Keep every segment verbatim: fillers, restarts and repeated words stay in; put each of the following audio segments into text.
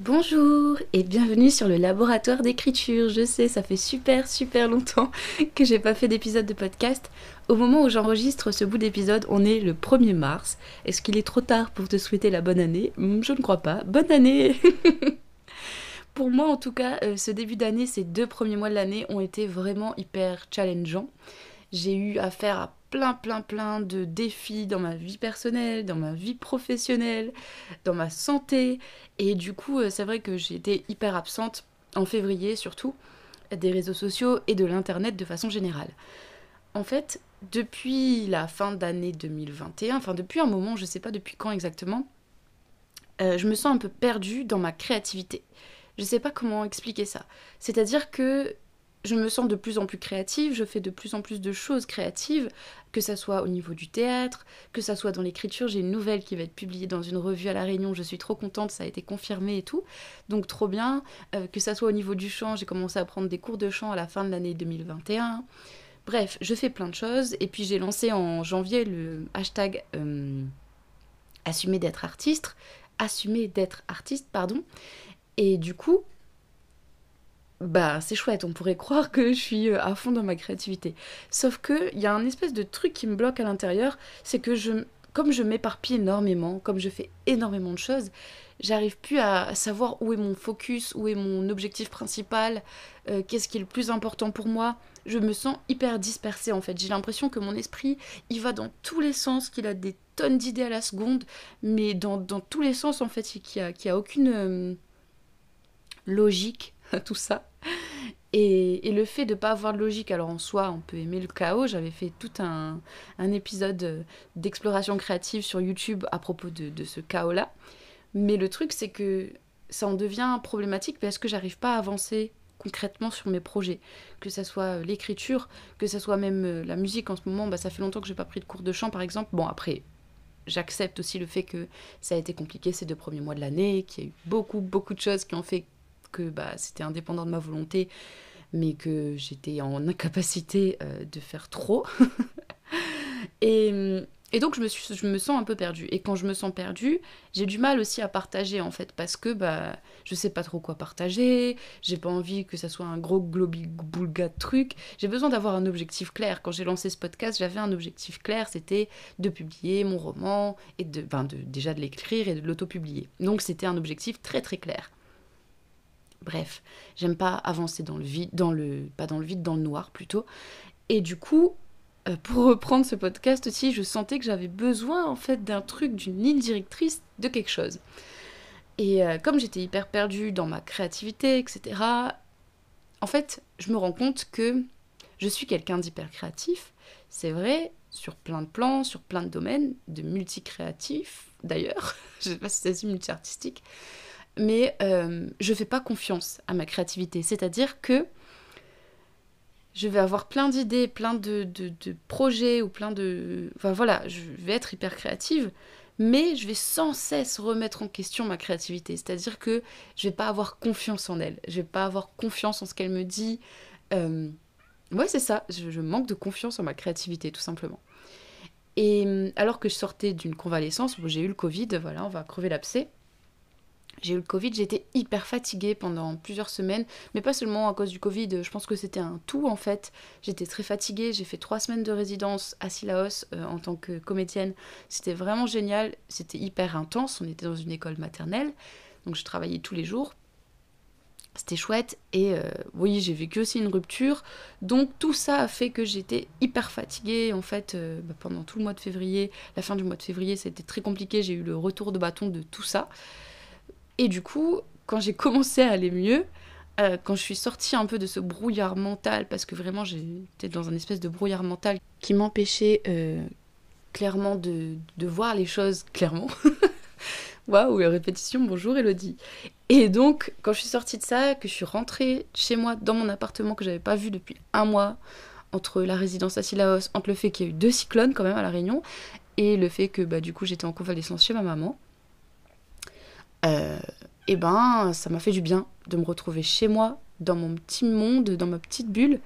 Bonjour et bienvenue sur le laboratoire d'écriture. Je sais, ça fait super super longtemps que j'ai pas fait d'épisode de podcast. Au moment où j'enregistre ce bout d'épisode, on est le premier mars. Est-ce qu'il est trop tard pour te souhaiter la bonne année ? Je ne crois pas. Bonne année. Pour moi en tout cas, euh, ce début d'année, ces deux premiers mois de l'année ont été vraiment hyper challengeants. J'ai eu affaire à plein plein plein de défis dans ma vie personnelle, dans ma vie professionnelle, dans ma santé. Et du coup, euh, c'est vrai que j'ai été hyper absente en février surtout, des réseaux sociaux et de l'internet de façon générale. En fait, depuis la fin d'année deux mille vingt et un, enfin depuis un moment, je sais pas depuis quand exactement, euh, je me sens un peu perdue dans ma créativité. Je sais pas comment expliquer ça. C'est-à-dire que je me sens de plus en plus créative, je fais de plus en plus de choses créatives, que ça soit au niveau du théâtre, que ça soit dans l'écriture. J'ai une nouvelle qui va être publiée dans une revue à La Réunion, je suis trop contente, ça a été confirmé et tout, donc trop bien. Euh, que ça soit au niveau du chant, j'ai commencé à prendre des cours de chant à la fin de l'année deux mille vingt et un. Bref, je fais plein de choses, et puis j'ai lancé en janvier le hashtag euh, assumer d'être artiste, assumer d'être artiste, pardon, et du coup, bah c'est chouette, on pourrait croire que je suis à fond dans ma créativité. Sauf que il y a un espèce de truc qui me bloque à l'intérieur, c'est que je, comme je m'éparpille énormément, comme je fais énormément de choses, j'arrive plus à savoir où est mon focus, où est mon objectif principal, euh, qu'est-ce qui est le plus important pour moi. Je me sens hyper dispersée en fait. J'ai l'impression que mon esprit, il va dans tous les sens, qu'il a des tonnes d'idées à la seconde, mais dans, dans tous les sens en fait, qu'il n'y a, qu'il y a aucune euh, logique à tout ça. Et, et le fait de ne pas avoir de logique, alors en soi, on peut aimer le chaos. J'avais fait tout un, un épisode d'exploration créative sur YouTube à propos de, de ce chaos-là. Mais le truc, c'est que ça en devient problématique parce que j'arrive pas à avancer concrètement sur mes projets. Que ça soit l'écriture, que ça soit même la musique en ce moment. Bah, ça fait longtemps que j'ai pas pris de cours de chant, par exemple. Bon, après, j'accepte aussi le fait que ça a été compliqué ces deux premiers mois de l'année, qu'il y a eu beaucoup, beaucoup de choses qui ont fait que bah, c'était indépendant de ma volonté, mais que j'étais en incapacité euh, de faire trop. et, et donc je me, suis, je me sens un peu perdue. Et quand je me sens perdue, j'ai du mal aussi à partager en fait, parce que bah, je sais pas trop quoi partager, j'ai pas envie que ça soit un gros globi-boulga de trucs, j'ai besoin d'avoir un objectif clair. Quand j'ai lancé ce podcast, j'avais un objectif clair, c'était de publier mon roman, et de, ben de, déjà de l'écrire et de l'auto-publier. Donc c'était un objectif très très clair. Bref, j'aime pas avancer dans le vide, dans le, pas dans le vide, dans le noir plutôt. Et du coup, euh, pour reprendre ce podcast aussi, je sentais que j'avais besoin en fait d'un truc, d'une ligne directrice, de quelque chose. Et euh, comme j'étais hyper perdue dans ma créativité, et cetera, en fait, je me rends compte que je suis quelqu'un d'hyper créatif, c'est vrai, sur plein de plans, sur plein de domaines, de multi-créatif d'ailleurs, je sais pas si c'est multi-artistique, mais euh, je fais pas confiance à ma créativité. C'est-à-dire que je vais avoir plein d'idées, plein de, de, de projets, ou plein de... Enfin voilà, je vais être hyper créative, mais je vais sans cesse remettre en question ma créativité. C'est-à-dire que je vais pas avoir confiance en elle. Je vais pas avoir confiance en ce qu'elle me dit. Euh... Ouais, c'est ça. Je, je manque de confiance en ma créativité, tout simplement. Et alors que je sortais d'une convalescence, où j'ai eu le Covid, voilà, on va crever l'abcès. J'ai eu le Covid, j'étais hyper fatiguée pendant plusieurs semaines, mais pas seulement à cause du Covid, je pense que c'était un tout en fait. J'étais très fatiguée, j'ai fait trois semaines de résidence à Sillaos euh, en tant que comédienne. C'était vraiment génial, c'était hyper intense, on était dans une école maternelle, donc je travaillais tous les jours. C'était chouette, et euh, oui, j'ai vécu aussi une rupture, donc tout ça a fait que j'étais hyper fatiguée, en fait, euh, bah, pendant tout le mois de février. La fin du mois de février, c'était très compliqué, j'ai eu le retour de bâton de tout ça. Et du coup, quand j'ai commencé à aller mieux, euh, quand je suis sortie un peu de ce brouillard mental, parce que vraiment j'étais dans un espèce de brouillard mental qui m'empêchait euh, clairement de, de voir les choses clairement. Waouh, répétition, bonjour Elodie. Et donc, quand je suis sortie de ça, que je suis rentrée chez moi, dans mon appartement que j'avais pas vu depuis un mois, entre la résidence à Sillaos, entre le fait qu'il y a eu deux cyclones quand même à La Réunion, et le fait que bah, du coup j'étais en convalescence chez ma maman, Euh, et ben ça m'a fait du bien de me retrouver chez moi, dans mon petit monde, dans ma petite bulle.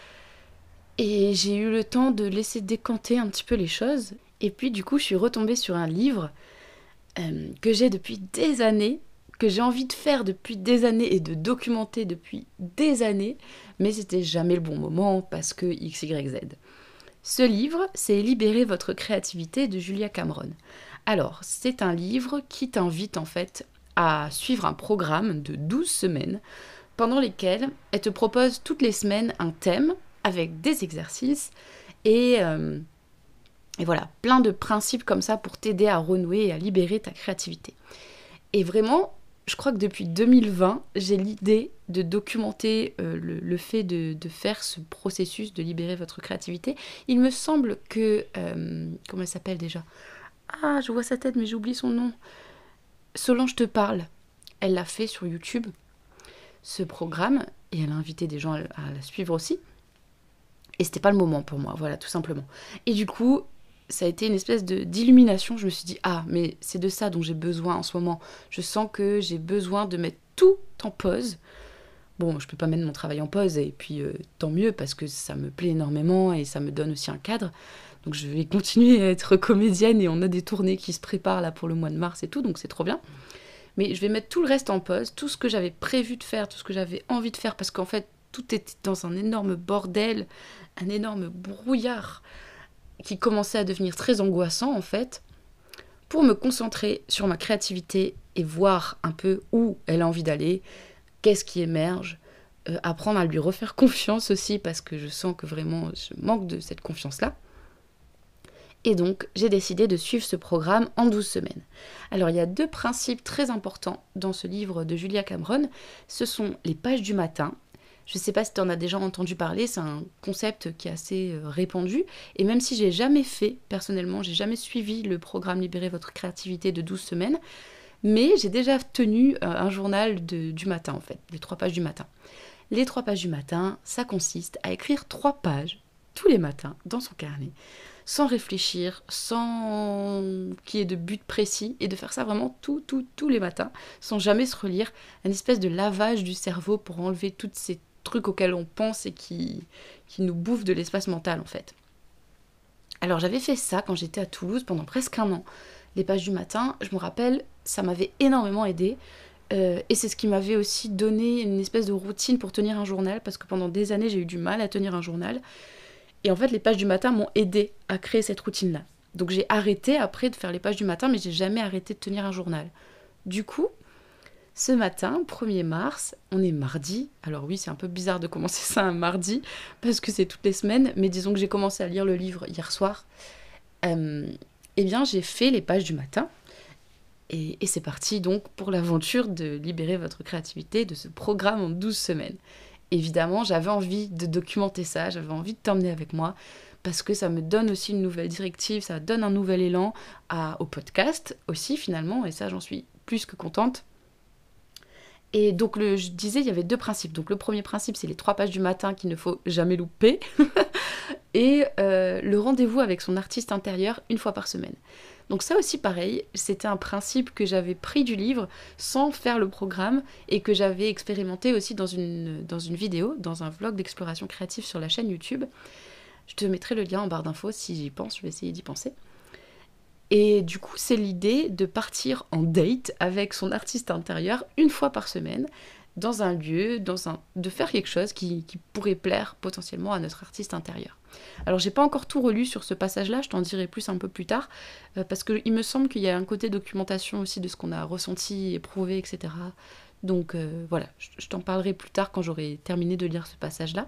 Et j'ai eu le temps de laisser décanter un petit peu les choses. Et puis du coup, je suis retombée sur un livre euh, que j'ai depuis des années, que j'ai envie de faire depuis des années et de documenter depuis des années, mais c'était jamais le bon moment parce que X, Y, Z. Ce livre, c'est Libérer votre créativité de Julia Cameron. Alors, c'est un livre qui t'invite en fait à suivre un programme de douze semaines pendant lesquelles elle te propose toutes les semaines un thème avec des exercices et, euh, et voilà, plein de principes comme ça pour t'aider à renouer et à libérer ta créativité. Et vraiment, je crois que depuis deux mille vingt, j'ai l'idée de documenter euh, le, le fait de, de faire ce processus de libérer votre créativité. Il me semble que... Euh, comment elle s'appelle déjà ? Ah, je vois sa tête, mais j'oublie son nom. Solange te parle. Elle l'a fait sur YouTube, ce programme, et elle a invité des gens à, à la suivre aussi. Et c'était pas le moment pour moi, voilà, tout simplement. Et du coup, ça a été une espèce de, d'illumination. Je me suis dit, ah, mais c'est de ça dont j'ai besoin en ce moment. Je sens que j'ai besoin de mettre tout en pause. Bon, je peux pas mettre mon travail en pause, et puis euh, tant mieux, parce que ça me plaît énormément, et ça me donne aussi un cadre. Donc je vais continuer à être comédienne, et on a des tournées qui se préparent là pour le mois de mars et tout, donc c'est trop bien. Mais je vais mettre tout le reste en pause, tout ce que j'avais prévu de faire, tout ce que j'avais envie de faire, parce qu'en fait, tout était dans un énorme bordel, un énorme brouillard, qui commençait à devenir très angoissant en fait, pour me concentrer sur ma créativité et voir un peu où elle a envie d'aller, qu'est-ce qui émerge, euh, apprendre à lui refaire confiance aussi, parce que je sens que vraiment je manque de cette confiance-là. Et donc, j'ai décidé de suivre ce programme en douze semaines. Alors, il y a deux principes très importants dans ce livre de Julia Cameron. Ce sont les pages du matin. Je ne sais pas si tu en as déjà entendu parler, c'est un concept qui est assez répandu. Et même si j'ai jamais fait, personnellement, j'ai jamais suivi le programme Libérer votre créativité de douze semaines, mais j'ai déjà tenu un journal de, du matin, en fait, les trois pages du matin. Les trois pages du matin, ça consiste à écrire trois pages tous les matins dans son carnet, sans réfléchir, sans qu'il y ait de but précis, et de faire ça vraiment tout, tout, tous les matins, sans jamais se relire, une espèce de lavage du cerveau pour enlever tous ces trucs auxquels on pense et qui, qui nous bouffent de l'espace mental en fait. Alors j'avais fait ça quand j'étais à Toulouse pendant presque un an. Les pages du matin, je me rappelle, ça m'avait énormément aidée. Euh, et c'est ce qui m'avait aussi donné une espèce de routine pour tenir un journal, parce que pendant des années j'ai eu du mal à tenir un journal. Et en fait, les pages du matin m'ont aidé à créer cette routine-là. Donc j'ai arrêté après de faire les pages du matin, mais j'ai jamais arrêté de tenir un journal. Du coup, ce matin, premier mars, on est mardi. Alors oui, c'est un peu bizarre de commencer ça un mardi, parce que c'est toutes les semaines, mais disons que j'ai commencé à lire le livre hier soir. Euh, eh bien, j'ai fait les pages du matin. Et, et c'est parti donc pour l'aventure de libérer votre créativité, de ce programme en douze semaines. Évidemment, j'avais envie de documenter ça, j'avais envie de t'emmener avec moi, parce que ça me donne aussi une nouvelle directive, ça donne un nouvel élan à, au podcast aussi finalement, et ça j'en suis plus que contente. Et donc le, je disais, il y avait deux principes. Donc le premier principe, c'est les trois pages du matin qu'il ne faut jamais louper, et euh, le rendez-vous avec son artiste intérieur une fois par semaine. Donc ça aussi pareil, c'était un principe que j'avais pris du livre sans faire le programme et que j'avais expérimenté aussi dans une, dans une vidéo, dans un vlog d'exploration créative sur la chaîne YouTube. Je te mettrai le lien en barre d'infos si j'y pense, je vais essayer d'y penser. Et du coup, c'est l'idée de partir en date avec son artiste intérieur une fois par semaine, dans un lieu, dans un... de faire quelque chose qui, qui pourrait plaire potentiellement à notre artiste intérieur. Alors j'ai pas encore tout relu sur ce passage-là, je t'en dirai plus un peu plus tard, euh, parce qu'il me semble qu'il y a un côté documentation aussi de ce qu'on a ressenti, éprouvé, et cetera. Donc euh, voilà, je, je t'en parlerai plus tard quand j'aurai terminé de lire ce passage-là.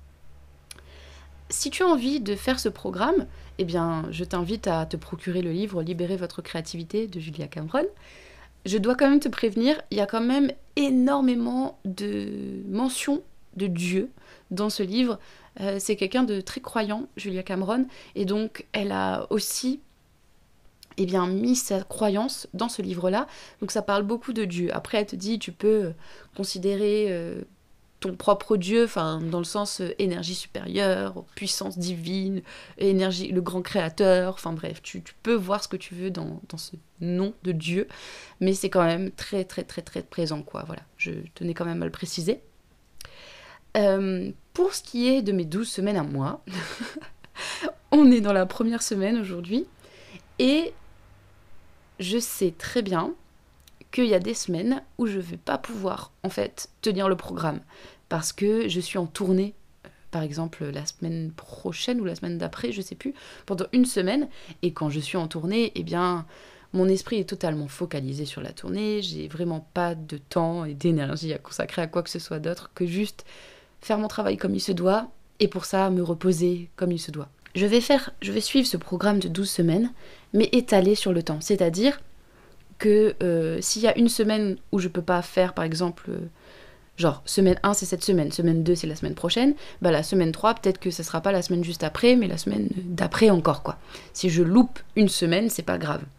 Si tu as envie de faire ce programme, eh bien, je t'invite à te procurer le livre « Libérer votre créativité » de Julia Cameron. Je dois quand même te prévenir, il y a quand même énormément de mentions de Dieu dans ce livre. Euh, c'est quelqu'un de très croyant, Julia Cameron, et donc elle a aussi eh bien, mis sa croyance dans ce livre-là. Donc ça parle beaucoup de Dieu. Après, elle te dit, tu peux considérer euh, ton propre Dieu, enfin, dans le sens euh, énergie supérieure, puissance divine, énergie, le grand créateur, enfin bref, tu, tu peux voir ce que tu veux dans, dans ce nom de Dieu, mais c'est quand même très très très très présent, quoi, voilà, je tenais quand même à le préciser. Euh, pour ce qui est de mes douze semaines à moi, on est dans la première semaine aujourd'hui, et je sais très bien qu'il y a des semaines où je vais pas pouvoir en fait tenir le programme parce que je suis en tournée, par exemple la semaine prochaine ou la semaine d'après, je sais plus, pendant une semaine, et quand je suis en tournée, eh bien mon esprit est totalement focalisé sur la tournée, j'ai vraiment pas de temps et d'énergie à consacrer à quoi que ce soit d'autre que juste faire mon travail comme il se doit, et pour ça me reposer comme il se doit. Je vais faire, je vais suivre ce programme de douze semaines, mais étalé sur le temps, c'est-à-dire que euh, s'il y a une semaine où je peux pas faire, par exemple, euh, genre semaine un c'est cette semaine, semaine deux c'est la semaine prochaine, bah la semaine trois peut-être que ce sera pas la semaine juste après, mais la semaine d'après encore quoi. Si je loupe une semaine, c'est pas grave.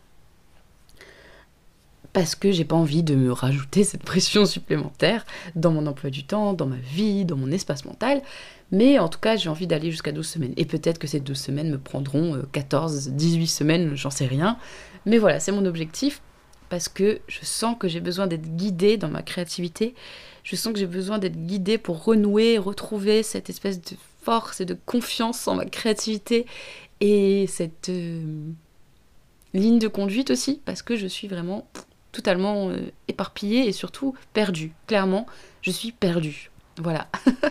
Parce que j'ai pas envie de me rajouter cette pression supplémentaire dans mon emploi du temps, dans ma vie, dans mon espace mental, mais en tout cas j'ai envie d'aller jusqu'à douze semaines. Et peut-être que ces douze semaines me prendront quatorze, dix-huit semaines, j'en sais rien. Mais voilà, c'est mon objectif, parce que je sens que j'ai besoin d'être guidée dans ma créativité. Je sens que j'ai besoin d'être guidée pour renouer, retrouver cette espèce de force et de confiance en ma créativité et cette euh, ligne de conduite aussi, parce que je suis vraiment totalement euh, éparpillée et surtout perdue. Clairement, je suis perdue. Voilà.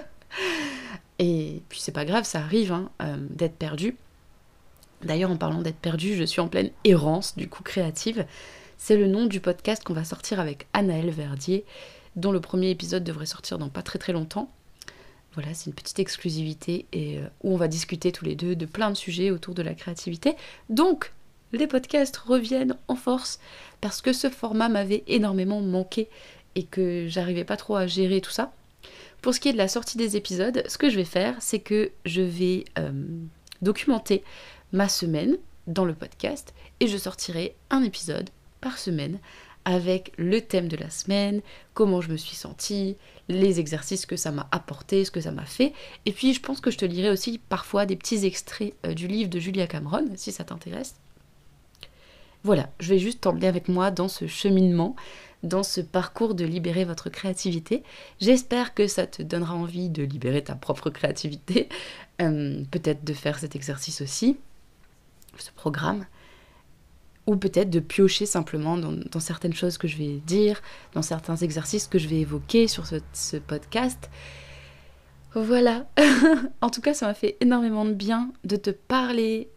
Et puis c'est pas grave, ça arrive hein, euh, d'être perdue. D'ailleurs, en parlant d'être perdue, je suis en pleine errance, du coup créative. C'est le nom du podcast qu'on va sortir avec Anaëlle Verdier, dont le premier épisode devrait sortir dans pas très très longtemps. Voilà, c'est une petite exclusivité et, euh, où on va discuter tous les deux de plein de sujets autour de la créativité. Donc, les podcasts reviennent en force parce que ce format m'avait énormément manqué et que j'arrivais pas trop à gérer tout ça. Pour ce qui est de la sortie des épisodes, ce que je vais faire, c'est que je vais euh, documenter ma semaine dans le podcast et je sortirai un épisode par semaine avec le thème de la semaine, comment je me suis sentie, les exercices que ça m'a apporté, ce que ça m'a fait. Et puis je pense que je te lirai aussi parfois des petits extraits euh, du livre de Julia Cameron, si ça t'intéresse. Voilà, je vais juste t'emmener avec moi dans ce cheminement, dans ce parcours de libérer votre créativité. J'espère que ça te donnera envie de libérer ta propre créativité, euh, peut-être de faire cet exercice aussi, ce programme, ou peut-être de piocher simplement dans, dans certaines choses que je vais dire, dans certains exercices que je vais évoquer sur ce, ce podcast. Voilà. En tout cas, ça m'a fait énormément de bien de te parler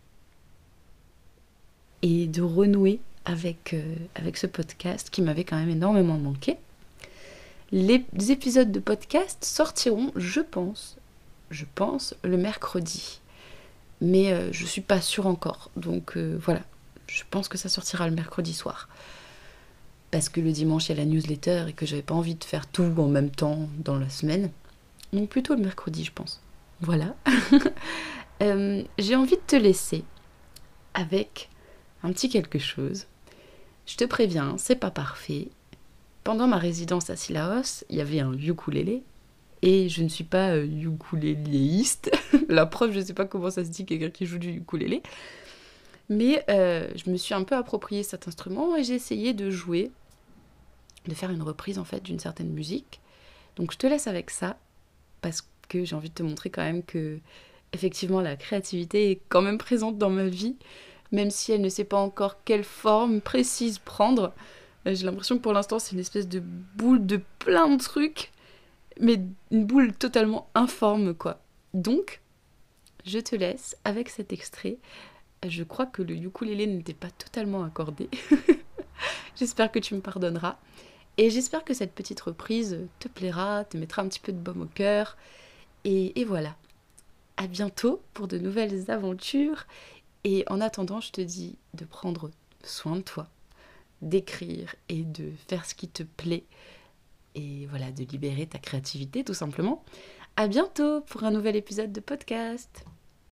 et de renouer avec, euh, avec ce podcast qui m'avait quand même énormément manqué. Les épisodes de podcast sortiront, je pense, je pense, le mercredi. Mais euh, je suis pas sûre encore. Donc euh, voilà, je pense que ça sortira le mercredi soir. Parce que le dimanche, il y a la newsletter et que j'avais pas envie de faire tout en même temps dans la semaine. Donc plutôt le mercredi, je pense. Voilà. euh, j'ai envie de te laisser avec un petit quelque chose. Je te préviens, c'est pas parfait. Pendant ma résidence à Sillaos, il y avait un ukulélé. Et je ne suis pas euh, ukuléléiste. La preuve, je ne sais pas comment ça se dit quelqu'un qui joue du ukulélé. Mais euh, je me suis un peu approprié cet instrument et j'ai essayé de jouer, de faire une reprise en fait d'une certaine musique. Donc je te laisse avec ça parce que j'ai envie de te montrer quand même que effectivement la créativité est quand même présente dans ma vie, même si elle ne sait pas encore quelle forme précise prendre. J'ai l'impression que pour l'instant c'est une espèce de boule de plein de trucs, mais une boule totalement informe quoi. Donc, je te laisse avec cet extrait. Je crois que le ukulélé n'était pas totalement accordé. J'espère que tu me pardonneras. Et j'espère que cette petite reprise te plaira, te mettra un petit peu de baume au cœur. Et, et voilà. À bientôt pour de nouvelles aventures. Et en attendant, je te dis de prendre soin de toi, d'écrire et de faire ce qui te plaît. Et voilà, de libérer ta créativité tout simplement. À bientôt pour un nouvel épisode de podcast.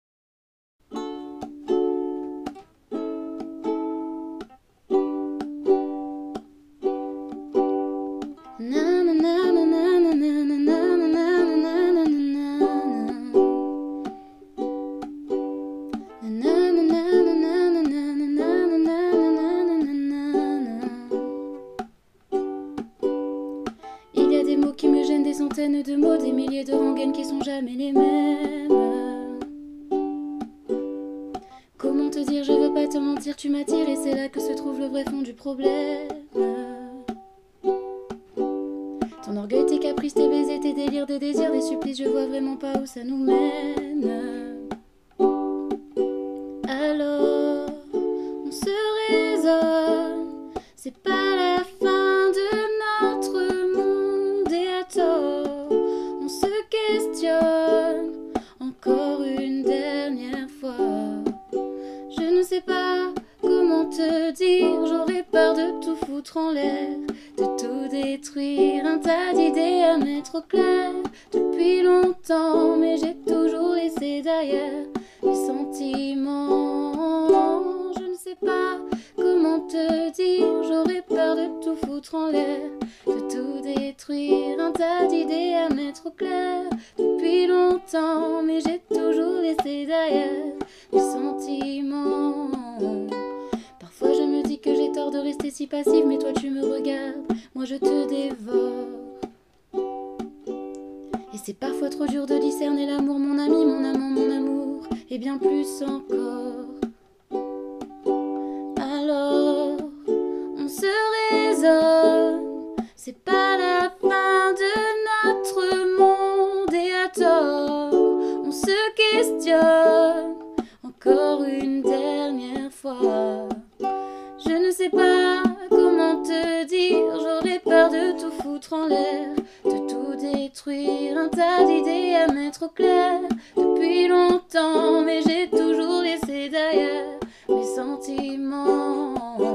De mots, des milliers de rengaines qui sont jamais les mêmes. Comment te dire, je veux pas te mentir, tu m'attires et c'est là que se trouve le vrai fond du problème. Ton orgueil, tes caprices, tes baisers, tes délires, des désirs, des supplices, je vois vraiment pas où ça nous mène. Alors, on se raisonne, c'est pas la fin de notre monde et à tort, on se questionne encore une dernière fois. Je ne sais pas comment te dire, j'aurais peur de tout foutre en l'air, de tout détruire, un tas d'idées à mettre au clair depuis longtemps, mais j'ai toujours laissé derrière mes sentiments. Je ne sais pas comment te dire, j'aurais peur de tout foutre en l'air, de tout détruire, un tas d'idées à mettre au clair depuis longtemps, mais j'ai toujours laissé derrière mes sentiments. Parfois je me dis que j'ai tort de rester si passive, mais toi tu me regardes, moi je te dévore. Et c'est parfois trop dur de discerner l'amour, mon ami, mon amant, mon amour, et bien plus encore. Alors, on se raisonne, c'est pas la fin de notre monde et à tort, on se questionne encore une dernière fois. Je ne sais pas comment te dire, j'aurais peur de tout foutre en l'air, de tout détruire, un tas d'idées à mettre au clair depuis longtemps, mais j'ai toujours laissé derrière mes sentiments.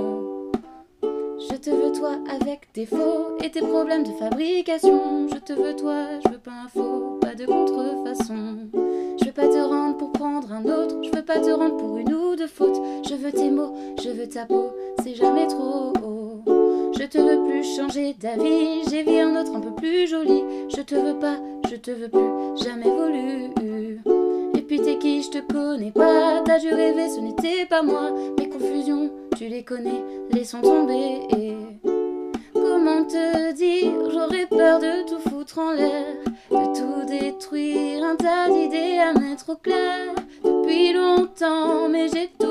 Je te veux toi avec tes faux et tes problèmes de fabrication. Je te veux toi, je veux pas un faux, pas de contrefaçon. Je veux pas te rendre pour prendre un autre, je veux pas te rendre pour une ou deux fautes. Je veux tes mots, je veux ta peau, c'est jamais trop haut. Je te veux plus changer d'avis, j'ai vu un autre un peu plus joli. Je te veux pas, je te veux plus, jamais voulu. Et puis t'es qui, je te connais pas, t'as dû rêver, ce n'était pas moi. Mes confusions, tu les connais, laissons tomber. Comment te dire, j'aurais peur de tout foutre en l'air, de tout détruire, un tas d'idées à mettre au clair depuis longtemps, mais j'ai